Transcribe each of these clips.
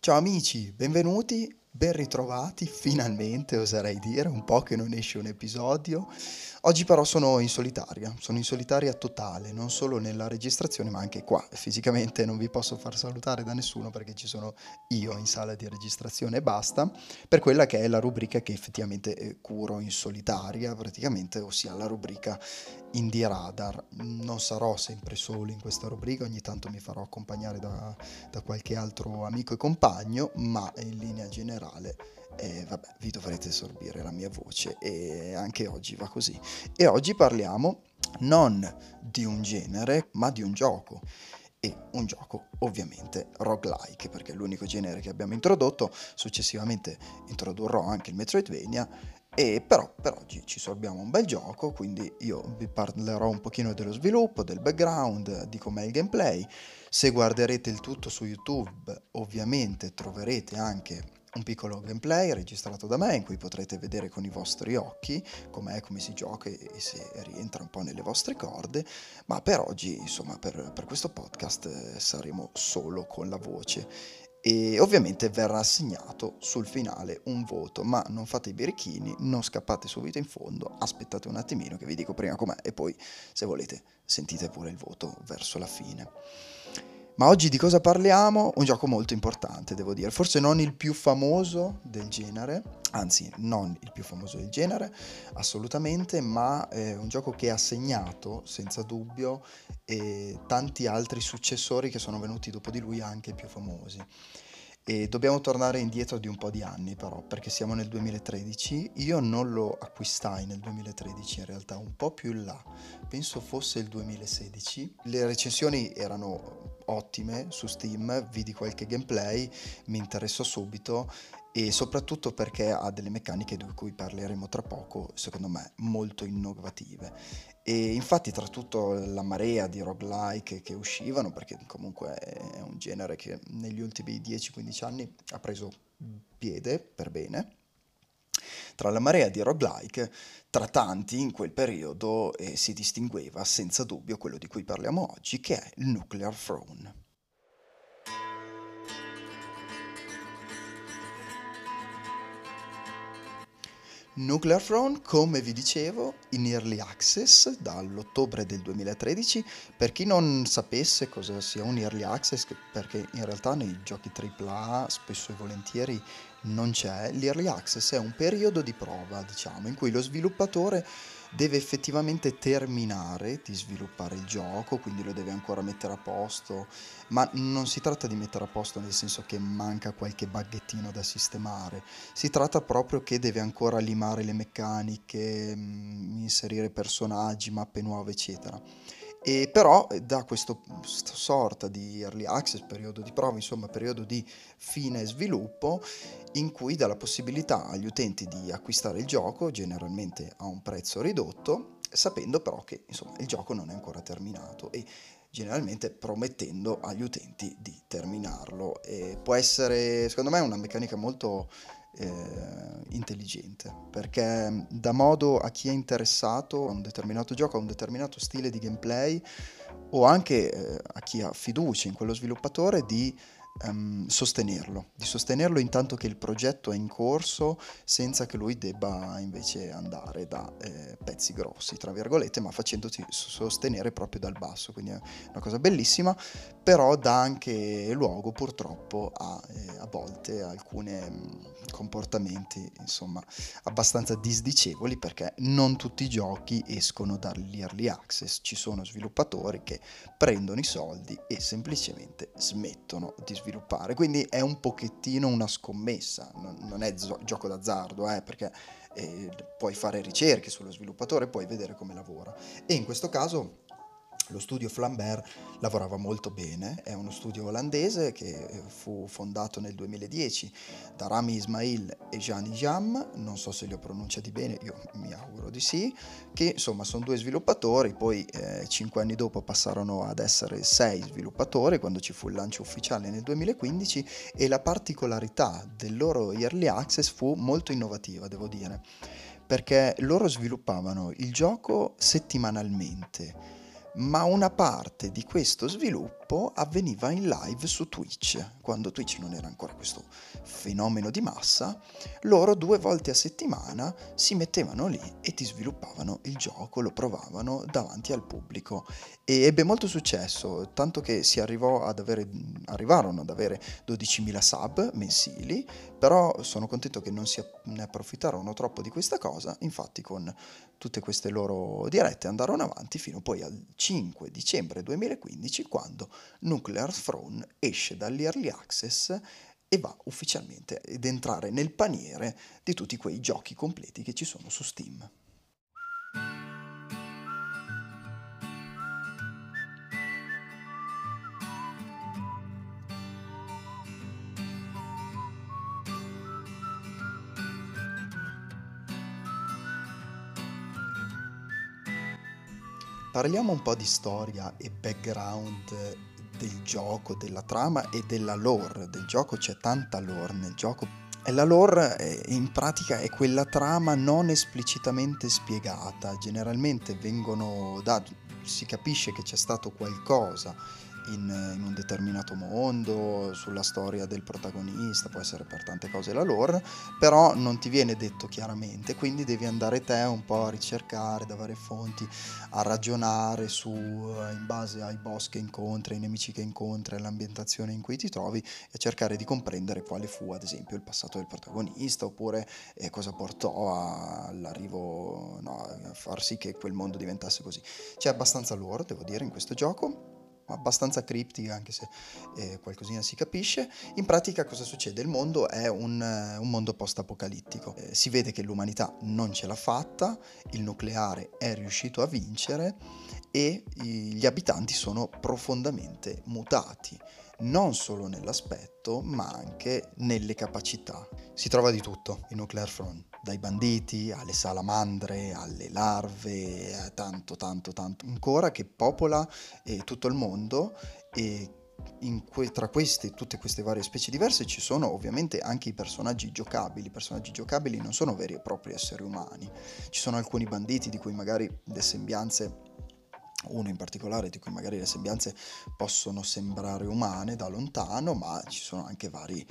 Ciao amici, benvenuti, ben ritrovati, finalmente oserei dire, un po' che non esce un episodio. Oggi però sono in solitaria totale, non solo nella registrazione ma anche qua. Fisicamente non vi posso far salutare da nessuno perché ci sono io in sala di registrazione e basta, per quella che è la rubrica che effettivamente curo in solitaria, praticamente, ossia la rubrica Indie Radar. Non sarò sempre solo in questa rubrica, ogni tanto mi farò accompagnare da qualche altro amico e compagno, ma in linea generale, vabbè, vi dovrete sorbire la mia voce e anche oggi va così. E oggi parliamo non di un genere, ma di un gioco. E un gioco ovviamente roguelike, perché è l'unico genere che abbiamo introdotto. Successivamente introdurrò anche il Metroidvania. E però per oggi ci sorbiamo un bel gioco, quindi io vi parlerò un pochino dello sviluppo, del background, di com'è il gameplay. Se guarderete il tutto su YouTube, ovviamente troverete anche un piccolo gameplay registrato da me in cui potrete vedere con i vostri occhi com'è, come si gioca e se rientra un po' nelle vostre corde, ma per oggi, insomma, per questo podcast saremo solo con la voce e ovviamente verrà assegnato sul finale un voto, ma non fate i birichini, non scappate subito in fondo, aspettate un attimino che vi dico prima com'è e poi se volete sentite pure il voto verso la fine. Ma oggi di cosa parliamo? Un gioco molto importante, devo dire, forse non il più famoso del genere, anzi non il più famoso del genere, assolutamente, ma un gioco che ha segnato senza dubbio tanti altri successori che sono venuti dopo di lui anche più famosi. E dobbiamo tornare indietro di un po' di anni però, perché siamo nel 2013. Io non lo acquistai nel 2013, in realtà un po' più in là, penso fosse il 2016. Le recensioni erano ottime su Steam, vidi qualche gameplay, mi interessò subito e soprattutto perché ha delle meccaniche di cui parleremo tra poco, secondo me molto innovative. E infatti tra tutta la marea di roguelike che uscivano, perché comunque è un genere che negli ultimi 10-15 anni ha preso piede per bene, tra la marea di roguelike, tra tanti in quel periodo si distingueva senza dubbio quello di cui parliamo oggi, che è il Nuclear Throne. Nuclear Throne, come vi dicevo, in Early Access dall'ottobre del 2013. Per chi non sapesse cosa sia un Early Access, perché in realtà nei giochi AAA spesso e volentieri non c'è, l'Early Access è un periodo di prova, diciamo, in cui lo sviluppatore deve effettivamente terminare di sviluppare il gioco, quindi lo deve ancora mettere a posto, ma non si tratta di mettere a posto nel senso che manca qualche buggettino da sistemare. Si tratta proprio che deve ancora limare le meccaniche, inserire personaggi, mappe nuove, eccetera. E però da questo sorta di early access, periodo di prova, insomma periodo di fine sviluppo, in cui dà la possibilità agli utenti di acquistare il gioco, generalmente a un prezzo ridotto, sapendo però che insomma il gioco non è ancora terminato e generalmente promettendo agli utenti di terminarlo. E può essere, secondo me, una meccanica molto intelligente, perché dà modo a chi è interessato a un determinato gioco, a un determinato stile di gameplay o anche a chi ha fiducia in quello sviluppatore di sostenerlo intanto che il progetto è in corso senza che lui debba invece andare da pezzi grossi, tra virgolette, ma facendoti sostenere proprio dal basso, quindi è una cosa bellissima, però dà anche luogo purtroppo a volte a alcuni comportamenti, insomma, abbastanza disdicevoli perché non tutti i giochi escono dall'early access, ci sono sviluppatori che prendono i soldi e semplicemente smettono di sviluppare, quindi è un pochettino una scommessa, non è gioco d'azzardo, perché puoi fare ricerche sullo sviluppatore, puoi vedere come lavora e in questo caso lo studio Flambert lavorava molto bene, è uno studio olandese che fu fondato nel 2010 da Rami Ismail e Jean Ijam, non so se li ho pronunciati bene, io mi auguro di sì, che insomma sono due sviluppatori, poi 5 anni dopo passarono ad essere 6 sviluppatori quando ci fu il lancio ufficiale nel 2015 e la particolarità del loro early access fu molto innovativa, devo dire, perché loro sviluppavano il gioco settimanalmente, ma una parte di questo sviluppo tempo avveniva in live su Twitch, quando Twitch non era ancora questo fenomeno di massa. Loro 2 volte a settimana si mettevano lì e ti sviluppavano il gioco, lo provavano davanti al pubblico e ebbe molto successo, tanto che arrivarono ad avere 12.000 sub mensili, però sono contento che non ne approfittarono troppo di questa cosa. Infatti con tutte queste loro dirette andarono avanti fino poi al 5 dicembre 2015, quando Nuclear Throne esce dall'Early Access e va ufficialmente ad entrare nel paniere di tutti quei giochi completi che ci sono su Steam. Parliamo un po' di storia e background del gioco, della trama e della lore del gioco. C'è tanta lore nel gioco e la lore in pratica è quella trama non esplicitamente spiegata. Generalmente si capisce che c'è stato qualcosa in un determinato mondo, sulla storia del protagonista, può essere per tante cose la lore, però non ti viene detto chiaramente, quindi devi andare te un po' a ricercare da varie fonti, a ragionare in base ai boss che incontri, ai nemici che incontri, all'ambientazione in cui ti trovi e cercare di comprendere quale fu ad esempio il passato del protagonista, oppure cosa portò all'arrivo, no, a far sì che quel mondo diventasse così. C'è abbastanza lore, devo dire, in questo gioco, abbastanza criptica, anche se qualcosina si capisce. In pratica cosa succede? Il mondo è un mondo post-apocalittico. Si vede che l'umanità non ce l'ha fatta, il nucleare è riuscito a vincere e gli abitanti sono profondamente mutati, non solo nell'aspetto, ma anche nelle capacità. Si trova di tutto in Nuclear Throne, dai banditi alle salamandre, alle larve, tanto ancora, che popola tutto il mondo. E tra tutte queste varie specie diverse ci sono ovviamente anche i personaggi giocabili. I personaggi giocabili non sono veri e propri esseri umani. Ci sono alcuni banditi di cui magari le sembianze, uno in particolare di cui magari le sembianze possono sembrare umane da lontano, ma ci sono anche vari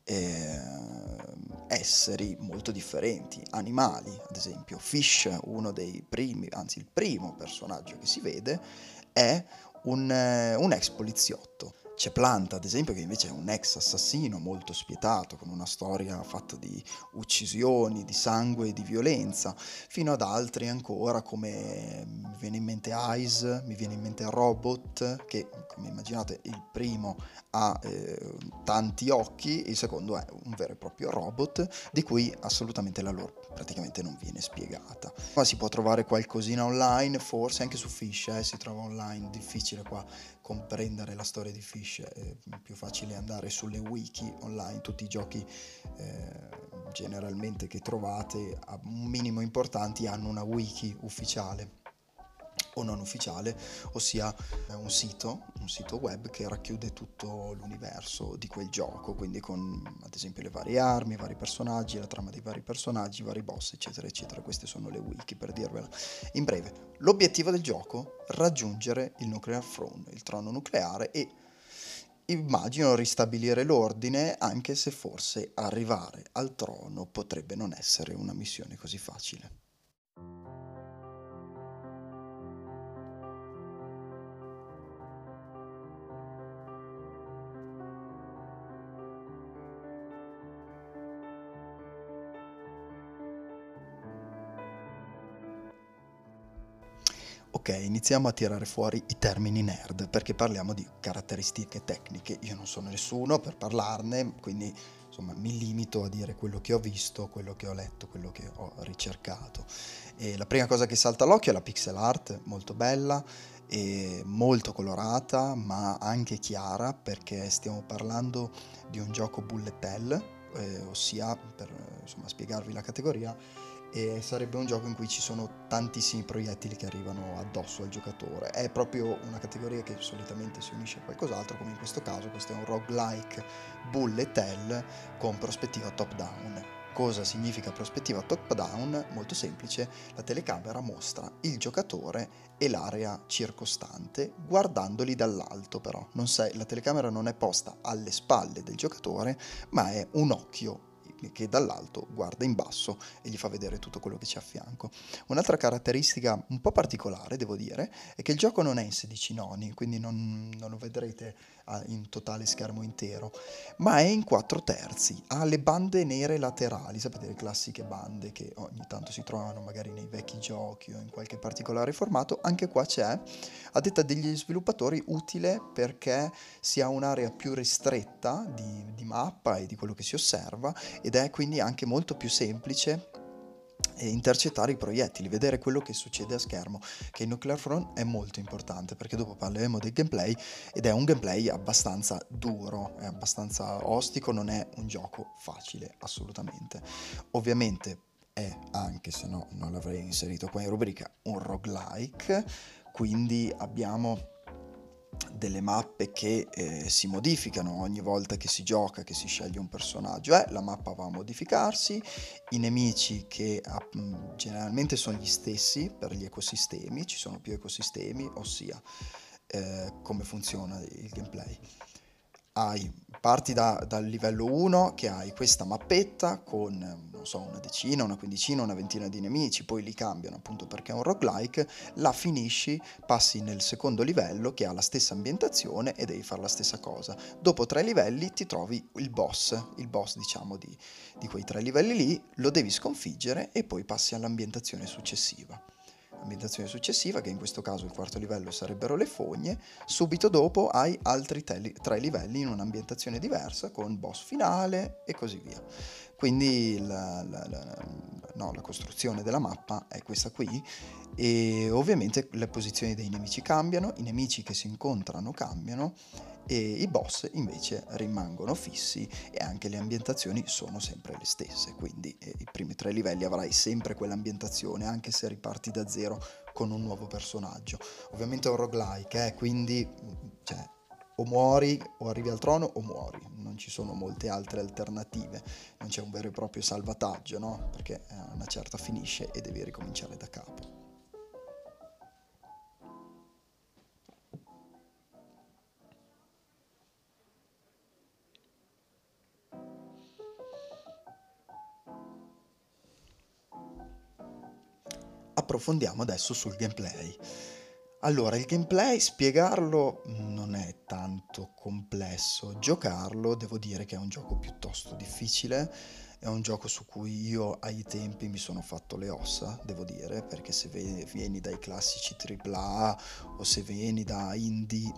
esseri molto differenti, animali, ad esempio Fish, uno dei primi, anzi il primo personaggio che si vede, è un ex poliziotto. C'è Planta, ad esempio, che invece è un ex assassino molto spietato, con una storia fatta di uccisioni, di sangue e di violenza, fino ad altri ancora come mi viene in mente Eyes, mi viene in mente Robot, che come immaginate il primo ha tanti occhi, il secondo è un vero e proprio robot, di cui assolutamente la lore praticamente non viene spiegata. Ma si può trovare qualcosina online, forse anche su Fish, si trova online, difficile qua comprendere la storia di Fish, è più facile andare sulle wiki online. Tutti i giochi generalmente che trovate a un minimo importanti hanno una wiki ufficiale o non ufficiale, ossia un sito web che racchiude tutto l'universo di quel gioco, quindi con ad esempio le varie armi, i vari personaggi, la trama dei vari personaggi, i vari boss, eccetera eccetera. Queste sono le wiki, per dirvela in breve. L'obiettivo del gioco: raggiungere il Nuclear Throne, il trono nucleare, e immagino ristabilire l'ordine, anche se forse arrivare al trono potrebbe non essere una missione così facile. Ok, iniziamo a tirare fuori i termini nerd, perché parliamo di caratteristiche tecniche. Io non sono nessuno per parlarne, quindi insomma mi limito a dire quello che ho visto, quello che ho letto, quello che ho ricercato. E la prima cosa che salta all'occhio è la pixel art, molto bella e molto colorata, ma anche chiara, perché stiamo parlando di un gioco bullet hell, ossia, per insomma spiegarvi la categoria, e sarebbe un gioco in cui ci sono tantissimi proiettili che arrivano addosso al giocatore. È proprio una categoria che solitamente si unisce a qualcos'altro, come in questo caso. Questo è un roguelike bullet hell con prospettiva top down, Cosa significa prospettiva top-down? Molto semplice, la telecamera mostra il giocatore e l'area circostante guardandoli dall'alto però. La telecamera non è posta alle spalle del giocatore, ma è un occhio che dall'alto guarda in basso e gli fa vedere tutto quello che c'è a fianco. Un'altra caratteristica un po' particolare, devo dire, è che il gioco non è in 16 noni, quindi non lo vedrete in totale schermo intero, ma è in 4 terzi, ha le bande nere laterali, sapete le classiche bande che ogni tanto si trovano magari nei vecchi giochi o in qualche particolare formato, anche qua c'è, a detta degli sviluppatori utile perché si ha un'area più ristretta di mappa e di quello che si osserva ed è quindi anche molto più semplice intercettare i proiettili, vedere quello che succede a schermo, che in Nuclear Throne è molto importante perché dopo parleremo del gameplay ed è un gameplay abbastanza duro, è abbastanza ostico, non è un gioco facile assolutamente. Ovviamente è, anche se no non l'avrei inserito qua in rubrica, un roguelike, quindi abbiamo delle mappe che si modificano ogni volta che si gioca, che si sceglie un personaggio, la mappa va a modificarsi, i nemici che generalmente sono gli stessi per gli ecosistemi, ci sono più ecosistemi, ossia come funziona il gameplay. Parti dal livello 1 che hai questa mappetta con, non so, una decina, una quindicina, una ventina di nemici, poi li cambiano appunto perché è un roguelike, la finisci, passi nel secondo livello che ha la stessa ambientazione e devi fare la stessa cosa. Dopo 3 livelli ti trovi il boss diciamo di quei 3 livelli lì, lo devi sconfiggere e poi passi all'ambientazione successiva. Ambientazione successiva, che in questo caso il quarto livello sarebbero le fogne, subito dopo hai altri 3 livelli in un'ambientazione diversa con boss finale e così via. Quindi la costruzione della mappa è questa qui e ovviamente le posizioni dei nemici cambiano, i nemici che si incontrano cambiano e i boss invece rimangono fissi e anche le ambientazioni sono sempre le stesse, quindi i primi 3 livelli avrai sempre quell'ambientazione anche se riparti da zero con un nuovo personaggio. Ovviamente è un roguelike, quindi cioè, o muori o arrivi al trono o muori, non ci sono molte altre alternative, non c'è un vero e proprio salvataggio, no? Perché a una certa finisce e devi ricominciare da capo. Approfondiamo adesso sul gameplay. Allora, il gameplay, spiegarlo non è tanto complesso, giocarlo devo dire che è un gioco piuttosto difficile, è un gioco su cui io ai tempi mi sono fatto le ossa, devo dire, perché se vieni dai classici AAA o se vieni da indie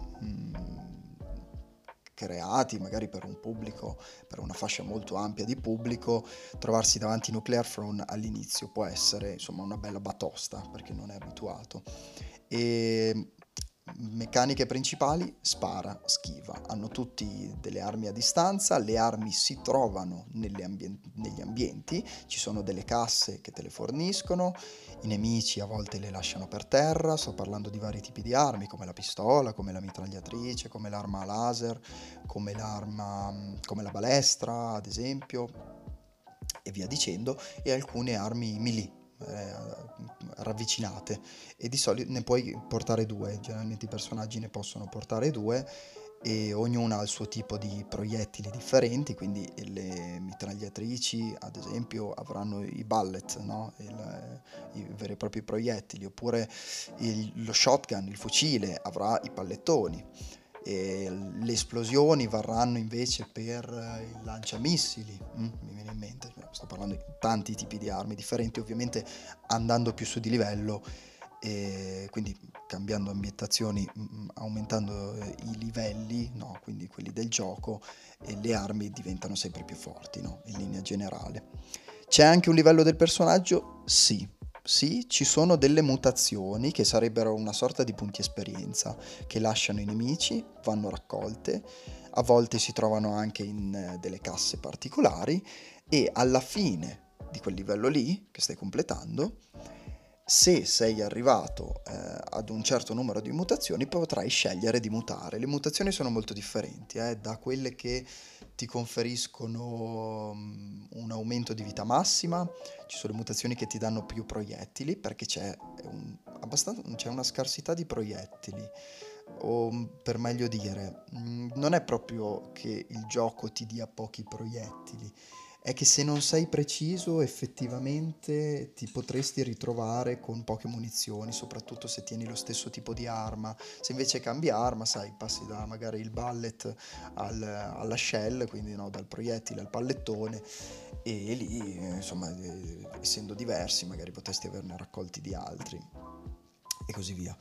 creati magari per un pubblico, per una fascia molto ampia di pubblico, trovarsi davanti Nuclear Throne all'inizio può essere insomma una bella batosta perché non è abituato. E meccaniche principali: spara, schiva, hanno tutti delle armi a distanza, le armi si trovano negli ambienti, ci sono delle casse che te le forniscono, i nemici a volte le lasciano per terra, sto parlando di vari tipi di armi come la pistola, come la mitragliatrice, come l'arma laser, come la balestra ad esempio e via dicendo, e alcune armi melee ravvicinate e di solito ne puoi portare due, generalmente i personaggi ne possono portare due e ognuna ha il suo tipo di proiettili differenti, quindi le mitragliatrici ad esempio avranno i bullet, no? I veri e propri proiettili, oppure lo shotgun, il fucile avrà i pallettoni. E le esplosioni varranno invece per il lanciamissili, mi viene in mente, sto parlando di tanti tipi di armi differenti, ovviamente andando più su di livello e quindi cambiando ambientazioni, aumentando i livelli, no? Quindi quelli del gioco, e le armi diventano sempre più forti, no? In linea generale. C'è anche un livello del personaggio? Sì. Sì, ci sono delle mutazioni che sarebbero una sorta di punti esperienza che lasciano i nemici, vanno raccolte, a volte si trovano anche in delle casse particolari e alla fine di quel livello lì che stai completando, se sei arrivato ad un certo numero di mutazioni potrai scegliere di mutare. Le mutazioni sono molto differenti, da quelle che ti conferiscono un aumento di vita massima, ci sono le mutazioni che ti danno più proiettili perché c'è una scarsità di proiettili, o per meglio dire, non è proprio che il gioco ti dia pochi proiettili, è che se non sei preciso effettivamente ti potresti ritrovare con poche munizioni, soprattutto se tieni lo stesso tipo di arma. Se invece cambi arma, sai, passi da magari il bullet alla shell, quindi no, dal proiettile al pallettone, e lì, insomma, essendo diversi, magari potresti averne raccolti di altri e così via.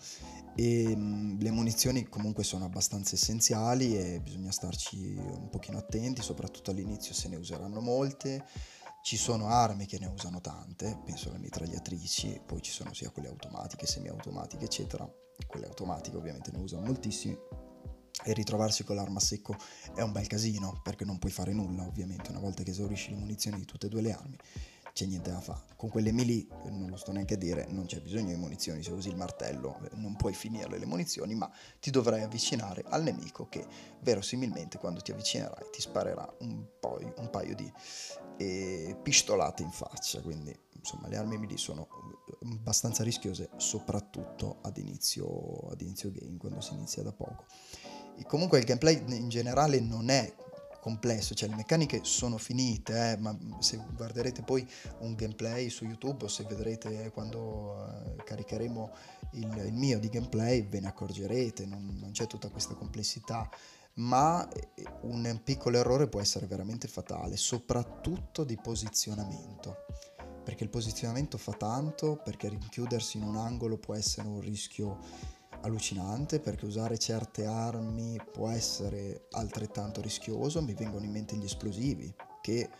Le munizioni comunque sono abbastanza essenziali e bisogna starci un pochino attenti, soprattutto all'inizio se ne useranno molte. Ci sono armi che ne usano tante, penso alle mitragliatrici, poi ci sono sia quelle automatiche, semiautomatiche, eccetera. Quelle automatiche ovviamente ne usano moltissimi. E ritrovarsi con l'arma a secco è un bel casino, perché non puoi fare nulla, ovviamente, una volta che esaurisci le munizioni di tutte e due le armi c'è niente da fare. Con quelle melee, non lo sto neanche a dire, non c'è bisogno di munizioni, se usi il martello non puoi finirle le munizioni, ma ti dovrai avvicinare al nemico che verosimilmente quando ti avvicinerai ti sparerà un paio di pistolate in faccia, quindi insomma le armi melee sono abbastanza rischiose, soprattutto ad inizio game, quando si inizia da poco. E comunque il gameplay in generale non è complesso, cioè le meccaniche sono finite, ma se guarderete poi un gameplay su YouTube o se vedrete quando caricheremo il mio di gameplay ve ne accorgerete, non c'è tutta questa complessità, ma un piccolo errore può essere veramente fatale, soprattutto di posizionamento, perché il posizionamento fa tanto, perché rinchiudersi in un angolo può essere un rischio allucinante, perché usare certe armi può essere altrettanto rischioso. Mi vengono in mente gli esplosivi che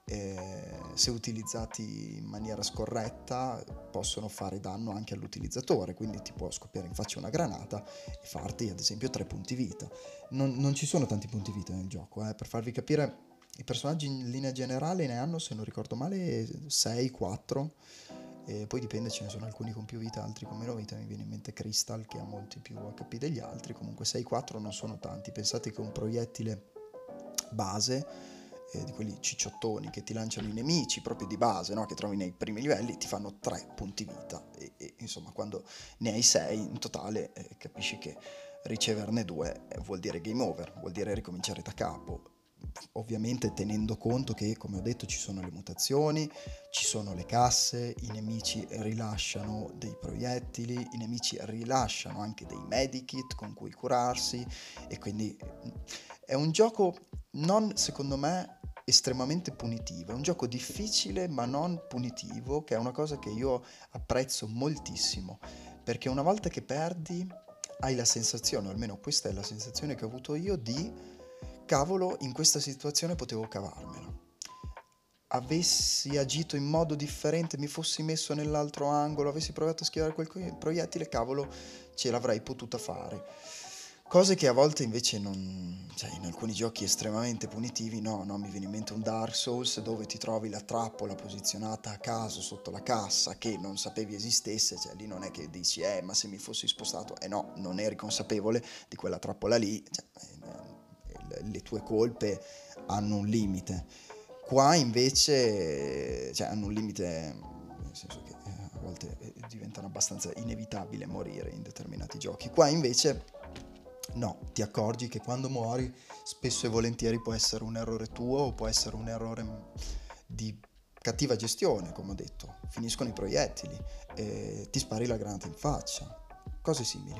se utilizzati in maniera scorretta possono fare danno anche all'utilizzatore, quindi ti può scoppiare in faccia una granata e farti ad esempio 3 punti vita. Non ci sono tanti punti vita nel gioco, per farvi capire. I personaggi in linea generale ne hanno, se non ricordo male, 6, 4, e poi dipende, ce ne sono alcuni con più vita, altri con meno vita. Mi viene in mente Crystal che ha molti più HP degli altri, comunque 6-4 non sono tanti. Pensate che un proiettile base, di quelli cicciottoni che ti lanciano i nemici proprio di base, no? Che trovi nei primi livelli, ti fanno 3 punti vita e insomma quando ne hai 6 in totale capisci che riceverne 2 vuol dire game over, vuol dire ricominciare da capo. Ovviamente tenendo conto che, come ho detto, ci sono le mutazioni, ci sono le casse, i nemici rilasciano dei proiettili, i nemici rilasciano anche dei medikit con cui curarsi, e quindi è un gioco non, secondo me, estremamente punitivo, è un gioco difficile ma non punitivo, che è una cosa che io apprezzo moltissimo, perché una volta che perdi hai la sensazione, o almeno questa è la sensazione che ho avuto io, di cavolo, in questa situazione potevo cavarmela. Avessi agito in modo differente, mi fossi messo nell'altro angolo, avessi provato a schivare quel proiettile, cavolo, ce l'avrei potuta fare. Cose che a volte invece non, cioè in alcuni giochi estremamente punitivi, no, mi viene in mente un Dark Souls dove ti trovi la trappola posizionata a caso sotto la cassa che non sapevi esistesse, cioè lì non è che dici, ma se mi fossi spostato, no, non eri consapevole di quella trappola lì, cioè, le tue colpe hanno un limite. Qua invece, cioè, hanno un limite, nel senso che a volte diventano abbastanza inevitabile morire in determinati giochi. Qua invece no, ti accorgi che quando muori spesso e volentieri può essere un errore tuo o può essere un errore di cattiva gestione, come ho detto. Finiscono i proiettili, ti spari la granata in faccia, cose simili.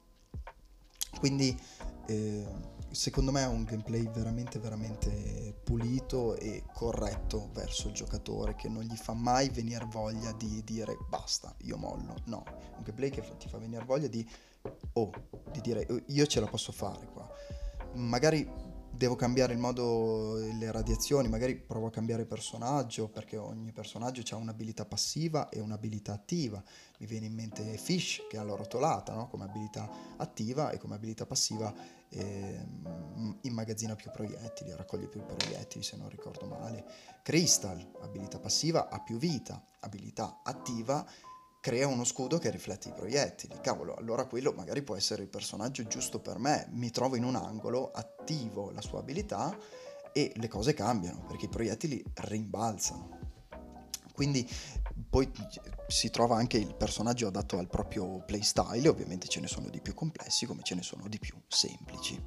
Quindi secondo me è un gameplay veramente veramente pulito e corretto verso il giocatore, che non gli fa mai venire voglia di dire basta, io mollo. No, un gameplay che ti fa venire voglia di dire io ce la posso fare qua. Magari devo cambiare il modo, le radiazioni, magari provo a cambiare personaggio, perché ogni personaggio ha un'abilità passiva e un'abilità attiva. Mi viene in mente Fish che ha la rotolata, no? Come abilità attiva, e come abilità passiva immagazzina più proiettili, raccoglie più proiettili se non ricordo male. Crystal, abilità passiva, ha più vita, abilità attiva crea uno scudo che riflette i proiettili. Cavolo, allora quello magari può essere il personaggio giusto per me. Mi trovo in un angolo, attivo la sua abilità e le cose cambiano perché i proiettili rimbalzano. Quindi poi si trova anche il personaggio adatto al proprio playstyle, e ovviamente ce ne sono di più complessi come ce ne sono di più semplici.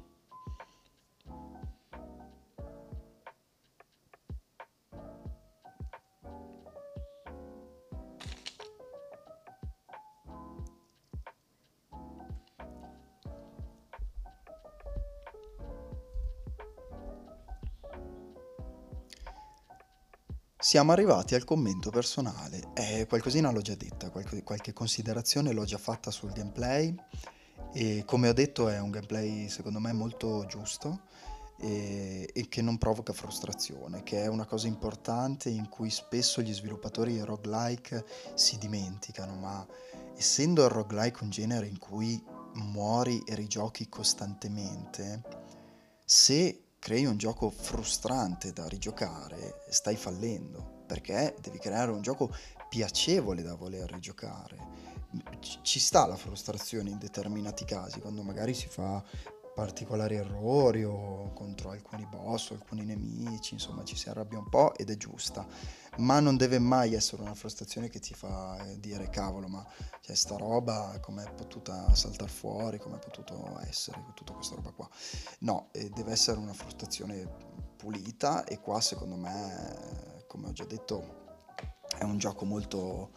Siamo arrivati al commento personale, qualcosina l'ho già detta, qualche considerazione l'ho già fatta sul gameplay, e come ho detto è un gameplay secondo me molto giusto e che non provoca frustrazione, che è una cosa importante in cui spesso gli sviluppatori di roguelike si dimenticano, ma essendo il roguelike un genere in cui muori e rigiochi costantemente, se crei un gioco frustrante da rigiocare, stai fallendo, perché devi creare un gioco piacevole da voler rigiocare. Ci sta la frustrazione in determinati casi, quando magari si fa particolari errori o contro alcuni boss o alcuni nemici, insomma ci si arrabbia un po' ed è giusta, ma non deve mai essere una frustrazione che ti fa dire cavolo, ma cioè, sta roba com'è potuta saltare fuori, com'è potuto essere, tutta questa roba qua. No, deve essere una frustrazione pulita, e qua secondo me, come ho già detto, è un gioco molto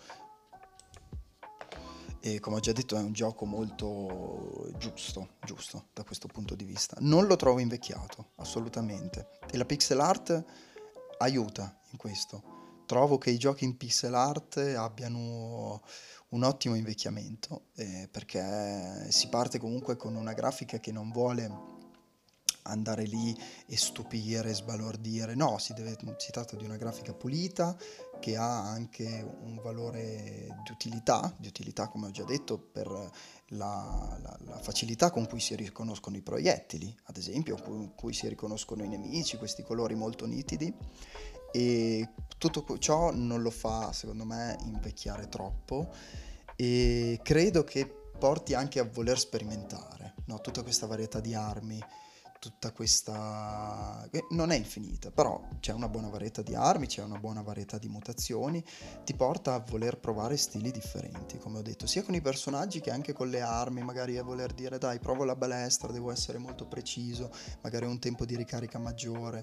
e come ho già detto è un gioco molto giusto da questo punto di vista. Non lo trovo invecchiato, assolutamente. E la pixel art aiuta in questo. Trovo che i giochi in pixel art abbiano un ottimo invecchiamento, perché si parte comunque con una grafica che non vuole andare lì e stupire, sbalordire. No, si tratta di una grafica pulita che ha anche un valore di utilità come ho già detto, per la facilità con cui si riconoscono i proiettili, ad esempio, con cui si riconoscono i nemici, questi colori molto nitidi, e tutto ciò non lo fa, secondo me, invecchiare troppo, e credo che porti anche a voler sperimentare, no? Tutta questa varietà di armi, tutta questa che non è infinita, però c'è una buona varietà di armi, c'è una buona varietà di mutazioni, ti porta a voler provare stili differenti, come ho detto, sia con i personaggi che anche con le armi, magari a voler dire dai, provo la balestra, devo essere molto preciso, magari ho un tempo di ricarica maggiore,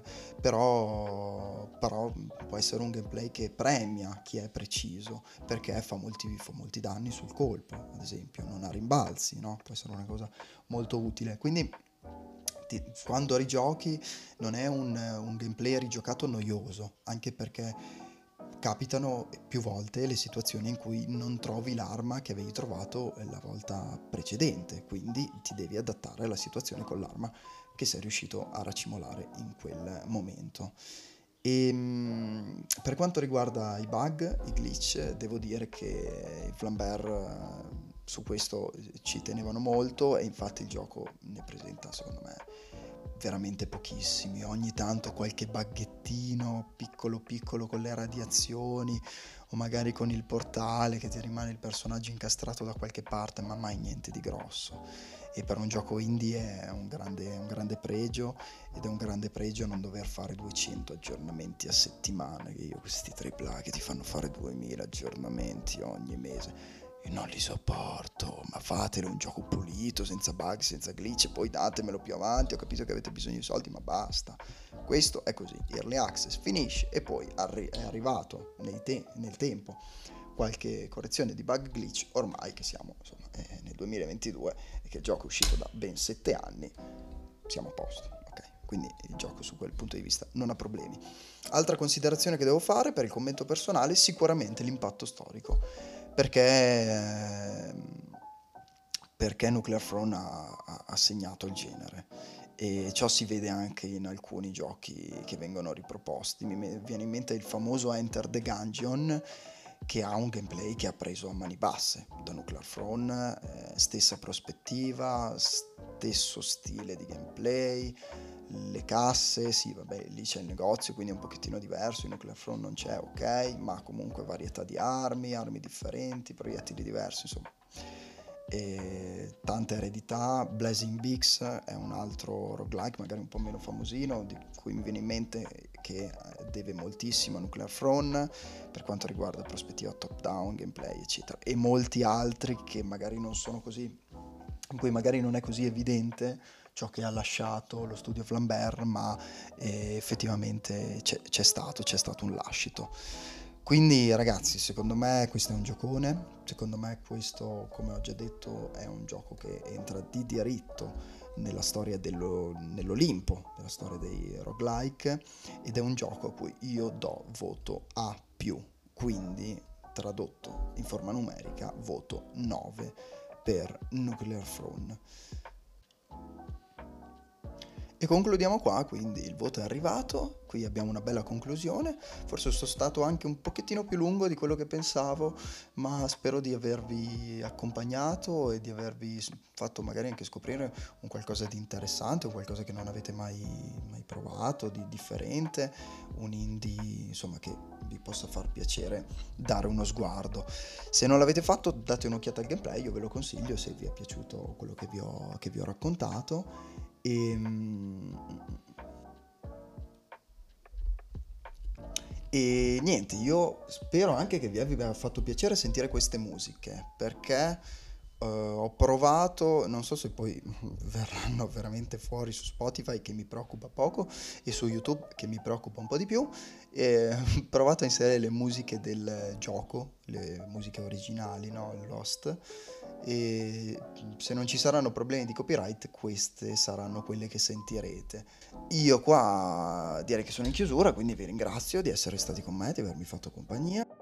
però può essere un gameplay che premia chi è preciso, perché fa molti danni sul colpo, ad esempio, non ha rimbalzi, no? Può essere una cosa molto utile, quindi quando rigiochi non è un gameplay rigiocato noioso, anche perché capitano più volte le situazioni in cui non trovi l'arma che avevi trovato la volta precedente, quindi ti devi adattare alla situazione con l'arma che sei riuscito a racimolare in quel momento. Per quanto riguarda i bug, i glitch, devo dire che i Flamber su questo ci tenevano molto, e infatti il gioco ne presenta secondo me veramente pochissimi. Ogni tanto qualche buggettino piccolo piccolo con le radiazioni o magari con il portale che ti rimane il personaggio incastrato da qualche parte, ma mai niente di grosso. E per un gioco indie è un grande pregio, ed è un grande pregio non dover fare 200 aggiornamenti a settimana, che io questi AAA che ti fanno fare 2000 aggiornamenti ogni mese, io non li sopporto, ma fatelo un gioco pulito, senza bug, senza glitch, e poi datemelo più avanti, ho capito che avete bisogno di soldi, ma basta. Questo è così, Early Access finisce e poi è arrivato nel tempo qualche correzione di bug glitch, ormai che siamo insomma, nel 2022 e che il gioco è uscito da ben 7 anni, siamo a posto, ok? Quindi il gioco su quel punto di vista non ha problemi. Altra considerazione che devo fare per il commento personale, sicuramente l'impatto storico, perché, perché Nuclear Throne ha segnato il genere, e ciò si vede anche in alcuni giochi che vengono riproposti. Viene in mente il famoso Enter the Gungeon, che ha un gameplay che ha preso a mani basse da Nuclear Throne, stessa prospettiva, stesso stile di gameplay, le casse, sì vabbè lì c'è il negozio quindi è un pochettino diverso, in Nuclear Throne non c'è, ok, ma comunque varietà di armi differenti, proiettili diversi, insomma e tanta eredità. Blazing Beaks è un altro roguelike, magari un po' meno famosino, di cui mi viene in mente che deve moltissimo a Nuclear Throne per quanto riguarda prospettiva top down, gameplay eccetera, e molti altri che magari non sono così, in cui magari non è così evidente ciò che ha lasciato lo studio Flambert, ma effettivamente c'è stato un lascito. Quindi ragazzi, secondo me questo è un giocone, secondo me questo, come ho già detto, è un gioco che entra di diritto nella storia nell'Olimpo, della storia dei roguelike, ed è un gioco a cui io do voto A+, quindi tradotto in forma numerica voto 9 per Nuclear Throne. E concludiamo qua, quindi il voto è arrivato, qui abbiamo una bella conclusione, forse sono stato anche un pochettino più lungo di quello che pensavo, ma spero di avervi accompagnato e di avervi fatto magari anche scoprire un qualcosa di interessante, un qualcosa che non avete mai provato, di differente, un indie insomma che vi possa far piacere dare uno sguardo. Se non l'avete fatto date un'occhiata al gameplay, io ve lo consiglio se vi è piaciuto quello che vi ho raccontato. E, e niente, io spero anche che vi abbia fatto piacere sentire queste musiche, perché ho provato, non so se poi verranno veramente fuori su Spotify, che mi preoccupa poco, e su YouTube, che mi preoccupa un po' di più, e ho provato a inserire le musiche del gioco, le musiche originali, no? Il Lost, e se non ci saranno problemi di copyright, queste saranno quelle che sentirete. Io qua direi che sono in chiusura, quindi vi ringrazio di essere stati con me, di avermi fatto compagnia.